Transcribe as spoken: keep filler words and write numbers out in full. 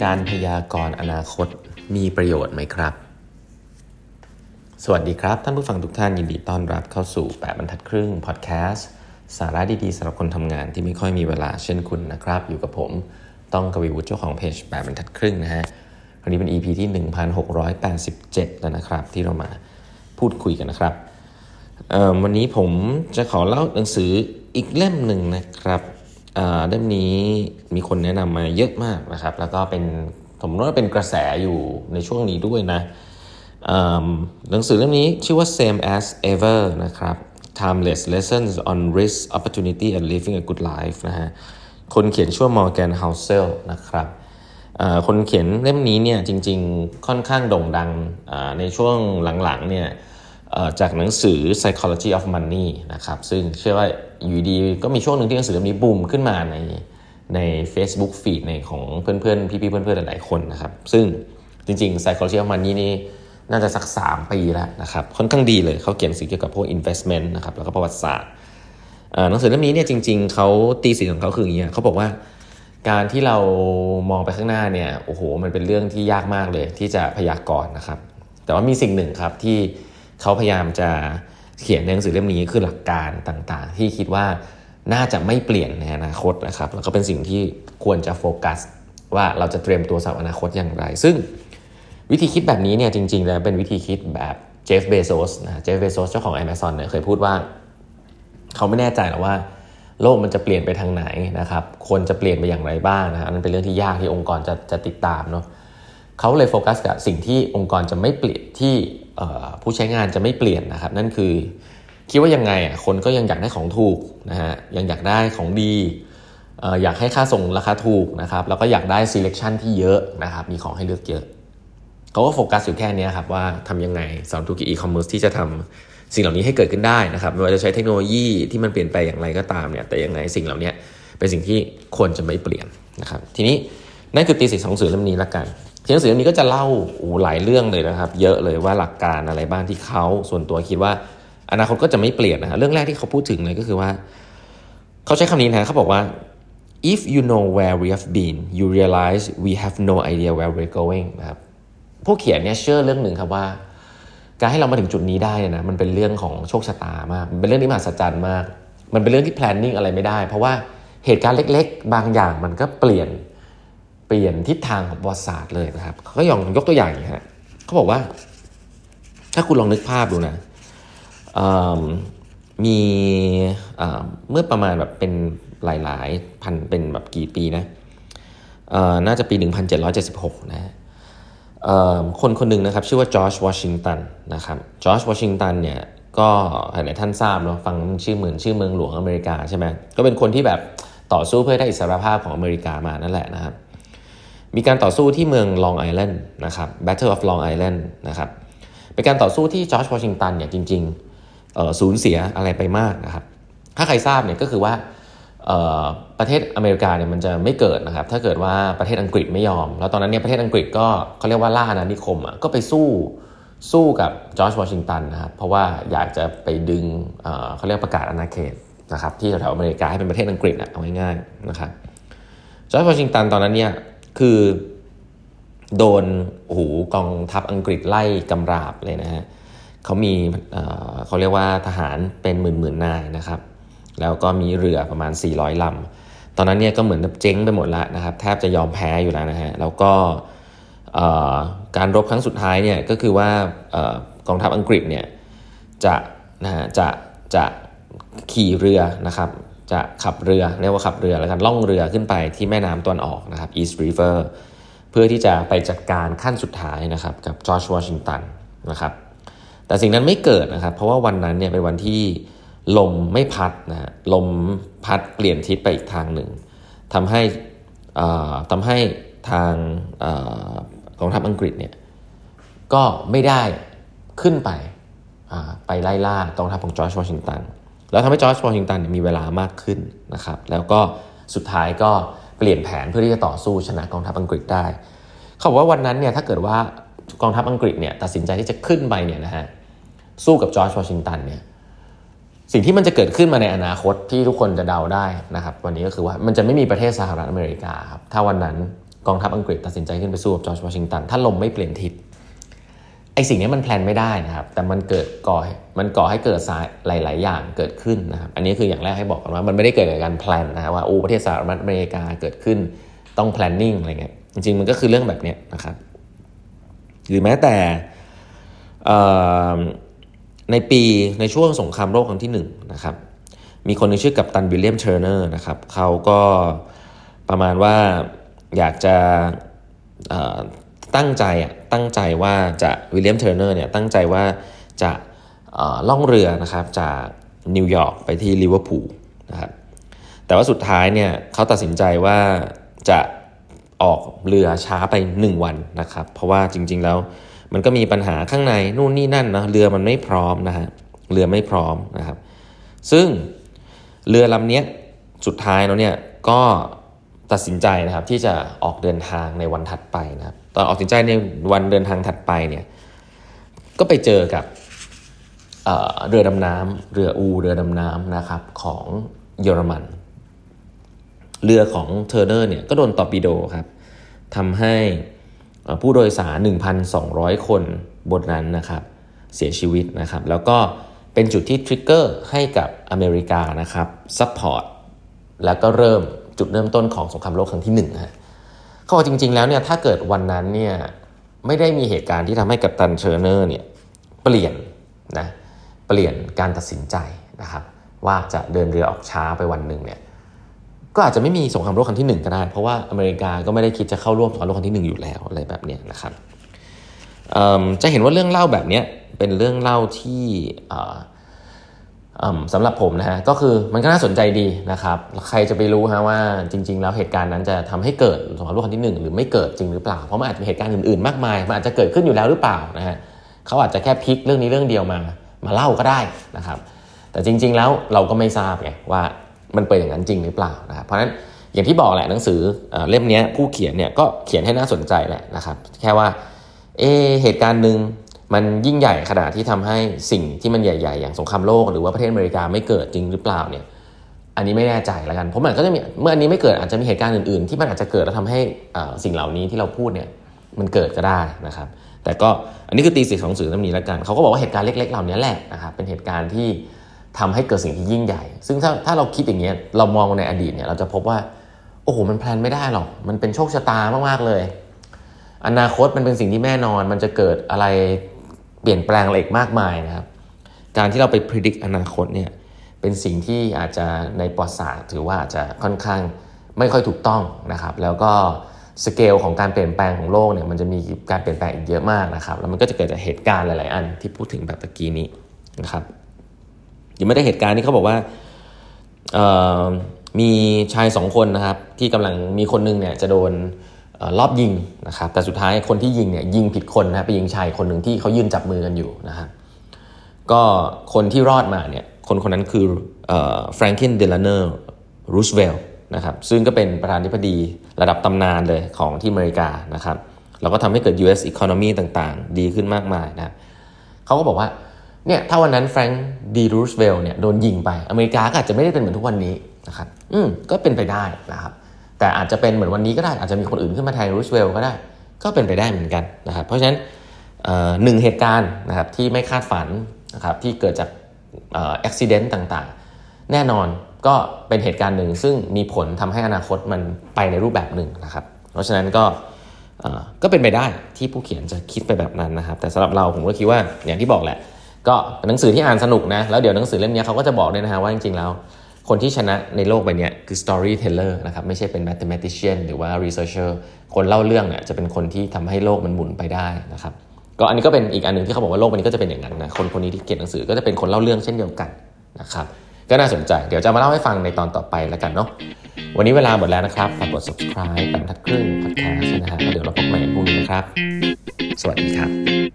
การพยากรณ์อนาคตมีประโยชน์ไหมครับสวัสดีครับท่านผู้ฟังทุกท่านยินดีต้อนรับเข้าสู่แปดบรรทัดครึ่งพอดแคสต์สาระดีๆสำหรับคนทำงานที่ไม่ค่อยมีเวลาเช่นคุณนะครับอยู่กับผมต้องกวีวุฒิเจ้าของเพจแปดบรรทัดครึ่งนะฮะวันนี้เป็น อี พี ที่หนึ่งพันหกร้อยแปดสิบเจ็ดแล้วนะครับที่เรามาพูดคุยกันนะครับวันนี้ผมจะขอเล่าหนังสืออีกเล่มหนึ่งนะครับเล่มนี้มีคนแนะนำมาเยอะมากนะครับแล้วก็เป็นผมว่าเป็นกระแสอยู่ในช่วงนี้ด้วยนะหนังสือเล่มนี้ชื่อว่า Same as Ever นะครับ Timeless Lessons on Risk Opportunity and Living a Good Life นะฮะคนเขียนชื่อ Morgan Housel นะครับคนเขียนเล่มนี้เนี่ยจริงๆค่อนข้างโด่งดังในช่วงหลังๆเนี่ยจากหนังสือ Psychology of Money นะครับซึ่งเชื่อว่าอยู่ดีก็มีช่วงหนึ่งที่หนังสือเล่มนี้บูมขึ้นมาในใน Facebook feed ในของเพื่อนๆพี่ๆเพื่อนๆหลายๆคนนะครับซึ่งจริงๆ Psychology of Money นี่น่าจะสักสามปีแล้วนะครับค่อนข้างดีเลยเขาเขียนสิ่งเกี่ยวกับพวก investment นะครับแล้วก็ประวัติศาสตร์หนังสือเล่มนี้เนี่ยจริงๆเขาตีสินของเขาคืออย่างเงี้ยเขาบอกว่าการที่เรามองไปข้างหน้าเนี่ยโอ้โหมันเป็นเรื่องที่ยากมากเลยที่จะพยากรณ์นะครับแต่ว่ามีสิ่งหนึ่งครับที่เขาพยายามจะเขียนในหนังสือเล่มนี้คือหลักการต่างๆที่คิดว่าน่าจะไม่เปลี่ยนในอนาคตนะครับแล้วก็เป็นสิ่งที่ควรจะโฟกัสว่าเราจะเตรียมตัวสำหรับอนาคตอย่างไรซึ่งวิธีคิดแบบนี้เนี่ยจริงๆแล้วเป็นวิธีคิดแบบเจฟเบโซสนะเจฟเบโซสเจ้าของ Amazon เนี่ยเคยพูดว่าเขาไม่แน่ใจหรอกว่าโลกมันจะเปลี่ยนไปทางไหนนะครับคนจะเปลี่ยนไปอย่างไรบ้างนะฮะนั่นเป็นเรื่องที่ยากที่องค์กรจะจะติดตามเนาะเขาเลยโฟกัสกับสิ่งที่องค์กรจะไม่เปลี่ยนที่ผู้ใช้งานจะไม่เปลี่ยนนะครับนั่นคือคิดว่ายังไงอ่ะคนก็ยังอยากได้ของถูกนะฮะยังอยากได้ของดีอยากให้ค่าส่งราคาถูกนะครับแล้วก็อยากได้ selection ที่เยอะนะครับมีของให้เลือกเยอะเขาก็โฟกัสอยู่แค่นี้ครับว่าทำยังไงสำหรับธุรกิจอีคอมเมิร์ซที่จะทำสิ่งเหล่านี้ให้เกิดขึ้นได้นะครับไม่ว่าจะใช้เทคโนโลยีที่มันเปลี่ยนไปอย่างไรก็ตามเนี่ยแต่ยังไงสิ่งเหล่านี้เป็นสิ่งที่ควรจะไม่เปลี่ยนนะครับทีนี้นั่นคือตีสิของหนังสือเล่มนี้ละกันหนังสือเล่มนี้ก็จะเล่าหลายเรื่องเลยนะครับเยอะเลยว่าหลักการอะไรบ้างที่เขาส่วนตัวคิดว่าอนาคตก็จะไม่เปลี่ยนนะฮะเรื่องแรกที่เขาพูดถึงเลยก็คือว่าเขาใช้คำนี้นะเขาบอกว่า if you know where we have been you realize we have no idea where we're going นะครับผู้เขียนเนี่ยเชื่อเรื่องหนึ่งครับว่าการให้เรามาถึงจุดนี้ได้นะมันเป็นเรื่องของโชคชะตามากมันเป็นเรื่องที่มหัศจรรย์มากมันเป็นเรื่องที่ planning อะไรไม่ได้เพราะว่าเหตุการณ์เล็กๆบางอย่างมันก็เปลี่ยนเปลี่ยนทิศทางของประวัติศาสตร์เลยนะครับเขาก็ยองยกตัวอย่างอย่างนี้ฮะเขาบอกว่าถ้าคุณลองนึกภาพดูนะมีเมื่อประมาณแบบเป็นหลายๆพันเป็นแบบกี่ปีนะน่าจะปีหนึ่งพันเจ็ดร้อยเจ็ดสิบหกนะคนคนหนึ่งนะครับชื่อว่าจอร์จวอชิงตันนะครับจอร์จวอชิงตันเนี่ยก็หลายท่านทราบเนาะฟังชื่อเหมือนชื่อเมืองหลวงอเมริกาใช่ไหมก็เป็นคนที่แบบต่อสู้เพื่อได้อิสรภาพของอเมริกามานั่นแหละนะครับมีการต่อสู้ที่เมืองลองไอแลนด์นะครับ Battle of Long Island นะครับเป็นการต่อสู้ที่จอร์จวอชิงตันเนี่ยจริงๆสูญเสียอะไรไปมากนะครับถ้าใครทราบเนี่ยก็คือว่าประเทศอเมริกาเนี่ยมันจะไม่เกิดนะครับถ้าเกิดว่าประเทศอังกฤษไม่ยอมแล้วตอนนั้นเนี่ยประเทศอังกฤษก็เขาเรียกว่าล่าอาณานิคมอ่ะก็ไปสู้สู้กับจอร์จวอชิงตันนะครับเพราะว่าอยากจะไปดึงเขาเรียกประกาศอาณาเขตนะครับที่แถวอเมริกาให้เป็นประเทศอังกฤษอ่ะเอาง่ายๆนะครับจอร์จวอชิงตันตอนนั้นเนี่ยคือโดนโอ้โหกองทัพอังกฤษไล่กำราบเลยนะฮะเขามีเอ่อเขาเรียกว่าทหารเป็นหมื่นๆนายนะครับแล้วก็มีเรือประมาณสี่ร้อยลำตอนนั้นเนี่ยก็เหมือนเจ๊งไปหมดแล้วนะครับแทบจะยอมแพ้อยู่แล้วนะฮะแล้วก็การรบครั้งสุดท้ายเนี่ยก็คือว่ากองทัพอังกฤษเนี่ยจะนะฮะจะจะขี่เรือนะครับจะขับเรือเรียกว่าขับเรือแล้วกันล่องเรือขึ้นไปที่แม่น้ำตะวันออกนะครับ East River เพื่อที่จะไปจัดการขั้นสุดท้ายนะครับกับจอร์จวอชิงตันนะครับแต่สิ่งนั้นไม่เกิดนะครับเพราะว่าวันนั้นเนี่ยเป็นวันที่ลมไม่พัดนะฮะลมพัดเปลี่ยนทิศไปอีกทางหนึ่งทำให้ทำให้ทางกองทัพอังกฤษเนี่ยก็ไม่ได้ขึ้นไปไปไล่ล่ากองทัพของจอร์จวอชิงตันแล้วทำให้จอร์จวอชิงตันมีเวลามากขึ้นนะครับแล้วก็สุดท้ายก็เปลี่ยนแผนเพื่อที่จะต่อสู้ชนะกองทัพอังกฤษได้เขาบอกว่าวันนั้นเนี่ยถ้าเกิดว่ากองทัพอังกฤษเนี่ยตัดสินใจที่จะขึ้นไปเนี่ยนะฮะสู้กับจอร์จวอชิงตันเนี่ยสิ่งที่มันจะเกิดขึ้นมาในอนาคตที่ทุกคนจะเดาได้นะครับวันนี้ก็คือว่ามันจะไม่มีประเทศสหรัฐอเมริกาครับถ้าวันนั้นกองทัพอังกฤษตัดสินใจขึ้นไปสู้กับจอร์จวอชิงตันถ้าลมไม่เปลี่ยนทิศไอ้สิ่งนี้มันแพลนไม่ได้นะครับแต่มันเกิดก่อมันก่อให้เกิดสายหลายๆอย่างเกิดขึ้นนะครับอันนี้คืออย่างแรกให้บอกกันว่ามันไม่ได้เกิดจากการแพลนนะว่าโอ้ประเทศสหรัฐอเมริกาเกิดขึ้นต้อง planning อะไรเงี้ยจริงๆมันก็คือเรื่องแบบนี้นะครับหรือแม้แต่ในปีในช่วงสงครามโลกครั้งที่หนึ่งนะครับมีคนนึงชื่อกัปตันวิลเลียมเทอร์เนอร์นะครับเขาก็ประมาณว่าอยากจะตั้งใจตั้งใจว่าจะวิลเลียมเทอร์เนอร์เนี่ยตั้งใจว่าจะล่องเรือนะครับจากนิวยอร์กไปที่ลิเวอร์พูลนะครับแต่ว่าสุดท้ายเนี่ยเขาตัดสินใจว่าจะออกเรือช้าไปหนึ่งวันนะครับเพราะว่าจริงๆแล้วมันก็มีปัญหาข้างในนู่นนี่นั่นนะเรือมันไม่พร้อมนะฮะเรือไม่พร้อมนะครับซึ่งเรือลำนี้สุดท้ายแล้วเนี่ยก็ตัดสินใจนะครับที่จะออกเดินทางในวันถัดไปนะครับตอนออกสินใจในวันเดินทางถัดไปเนี่ยก็ไปเจอกับ เอ่อ เรือดำน้ำเรืออูเรือดำน้ำนะครับของเยอรมันเรือของเทอร์เนอร์เนี่ยก็โดนตอร์ปิโดครับทำให้ผู้โดยสาร หนึ่งพันสองร้อย คนบนนั้นนะครับเสียชีวิตนะครับแล้วก็เป็นจุดที่ทริกเกอร์ให้กับอเมริกานะครับซัพพอร์ตแล้วก็เริ่มจุดเริ่มต้นของสงครามโลกครั้งที่หนึ่งฮะเขาบอกจริงๆแล้วเนี่ยถ้าเกิดวันนั้นเนี่ยไม่ได้มีเหตุการณ์ที่ทำให้กัปตันเทอร์เนอร์เนี่ยเปลี่ยนนะเปลี่ยนการตัดสินใจนะครับว่าจะเดินเรือออกช้าไปวันหนึ่งเนี่ยก็อาจจะไม่มีสงครามโลกครั้งที่หนึ่งก็ได้เพราะว่าอเมริกาก็ไม่ได้คิดจะเข้าร่วมสงครามโลกครั้งที่หนึ่งอยู่แล้วอะไรแบบนี้นะครับจะเห็นว่าเรื่องเล่าแบบนี้เป็นเรื่องเล่าที่สำหรับผมนะฮะก็คือมันก็น่าสนใจดีนะครับใครจะไปรู้ฮะว่าจริงๆแล้วเหตุการณ์นั้นจะทำให้เกิดสงครามโลกครั้งที่หนึ่งหรือไม่เกิดจริงหรือเปล่าเพราะมันอาจจะมีเหตุการณ์อื่นๆมากมายมันอาจจะเกิดขึ้นอยู่แล้วหรือเปล่านะฮะเขาอาจจะแค่พลิกเรื่องนี้เรื่องเดียวมามาเล่าก็ได้นะครับแต่จริงๆแล้วเราก็ไม่ทราบไงว่ามันเป็นอย่างนั้นจริงหรือเปล่านะครับเพราะฉะนั้นอย่างที่บอกแหละหนังสือเล่มนี้ผู้เขียนเนี่ยก็เขียนให้น่าสนใจแหละนะครับแค่ว่าเอเหตุการณ์นึงมันยิ่งใหญ่ขนาดที่ทำให้สิ่งที่มันใหญ่ๆอย่างสงครามโลกหรือว่าประเทศอเมริกาไม่เกิดจริงหรือเปล่าเนี่ยอันนี้ไม่แน่ใจแล้วกันเพราะมันก็จะมีเมื่ออันนี้ไม่เกิดอาจจะมีเหตุการณ์อื่นๆที่มันอาจจะเกิดแล้วทำให้สิ่งเหล่านี้ที่เราพูดเนี่ยมันเกิดก็ได้นะครับแต่ก็อันนี้คือตีสิทธิ์ของหนังสือเล่มนี้แล้วกันเขาก็บอกว่าเหตุการณ์เล็กๆเหล่านี้แหละนะครับเป็นเหตุการณ์ที่ทำให้เกิดสิ่งที่ยิ่งใหญ่ซึ่งถ้าถ้าเราคิดอย่างเงี้ยเรามองในอดีตเนี่ยเราจะพบว่าโอ้โหมันแพลนไม่ได้หรอกมันเป็นโชคชะตามากๆเลยอนาคตมันเป็นสิ่งที่แน่นอนมันจะเกิดอะไรเปลี่ยนแปลงอะไรอีกมากมายนะครับการที่เราไปพิจิตรอนาคตเนี่ยเป็นสิ่งที่อาจจะในประวัติศาสตร์ถือว่าอาจจะค่อนข้างไม่ค่อยถูกต้องนะครับแล้วก็สเกลของการเปลี่ยนแปลงของโลกเนี่ยมันจะมีการเปลี่ยนแปลงอีกเยอะมากนะครับแล้วมันก็จะเกิดจากเหตุการณ์หลายๆอันที่พูดถึงแบบตะกี้นี้นะครับยังไม่ได้เหตุการณ์ที่เขาบอกว่ามีชายสองคนนะครับที่กำลังมีคนนึงเนี่ยจะโดนรอบยิงนะครับแต่สุดท้ายคนที่ยิงเนี่ยยิงผิดคนนะไปยิงชายคนหนึ่งที่เขายืนจับมือกันอยู่นะครับก็คนที่รอดมาเนี่ยคนคนนั้นคือแฟรงคลิน เดลาโน รูสเวลต์นะครับซึ่งก็เป็นประธานาธิบดีระดับตำนานเลยของที่อเมริกานะครับแล้วก็ทำให้เกิด ยู เอส economy ต่างๆดีขึ้นมากมายนะเขาก็บอกว่าเนี่ยถ้าวันนั้นแฟรงค์ดีรูสเวลต์เนี่ยโดนยิงไปอเมริกาก็อาจจะไม่ได้เป็นเหมือนทุกวันนี้นะครับอืมก็เป็นไปได้นะครับแต่อาจจะเป็นเหมือนวันนี้ก็ได้อาจจะมีคนอื่นขึ้นมาแทนรูสเวลต์ก็ได้ก็เป็นไปได้เหมือนกันนะครับเพราะฉะนั้นหนึ่งเหตุการณ์นะครับที่ไม่คาดฝันนะครับที่เกิดจากเอ่ออุบัติเหตุต่างๆแน่นอนก็เป็นเหตุการณ์หนึ่งซึ่งมีผลทำให้อนาคตมันไปในรูปแบบหนึ่งนะครับเพราะฉะนั้นก็ก็เป็นไปได้ที่ผู้เขียนจะคิดไปแบบนั้นนะครับแต่สำหรับเราผมก็คิดว่าอย่างที่บอกแหละก็เป็นหนังสือที่อ่านสนุกนะแล้วเดี๋ยวหนังสือเล่มนี้เขาก็จะบอกด้วยนะฮะว่าจริงๆแล้วคนที่ชนะในโลกใบนี้คือ storyteller นะครับไม่ใช่เป็น mathematician หรือว่า researcher คนเล่าเรื่องเนี่ยจะเป็นคนที่ทำให้โลกมันหมุนไปได้นะครับก็อันนี้ก็เป็นอีกอันนึงที่เขาบอกว่าโลกใบนี้ก็จะเป็นอย่างนั้นนะคนคนนี้ที่เขียนหนังสือก็จะเป็นคนเล่าเรื่องเช่นเดียวกันนะครับก็น่าสนใจเดี๋ยวจะมาเล่าให้ฟังในตอนต่อไปแล้วกันเนาะวันนี้เวลาหมดแล้วนะครับฝากกด subscribe แปดบรรทัดครึ่ง podcast นะฮะแล้วเดี๋ยวเราพบกันใหม่พรุ่งนี้นะครับสวัสดีครับ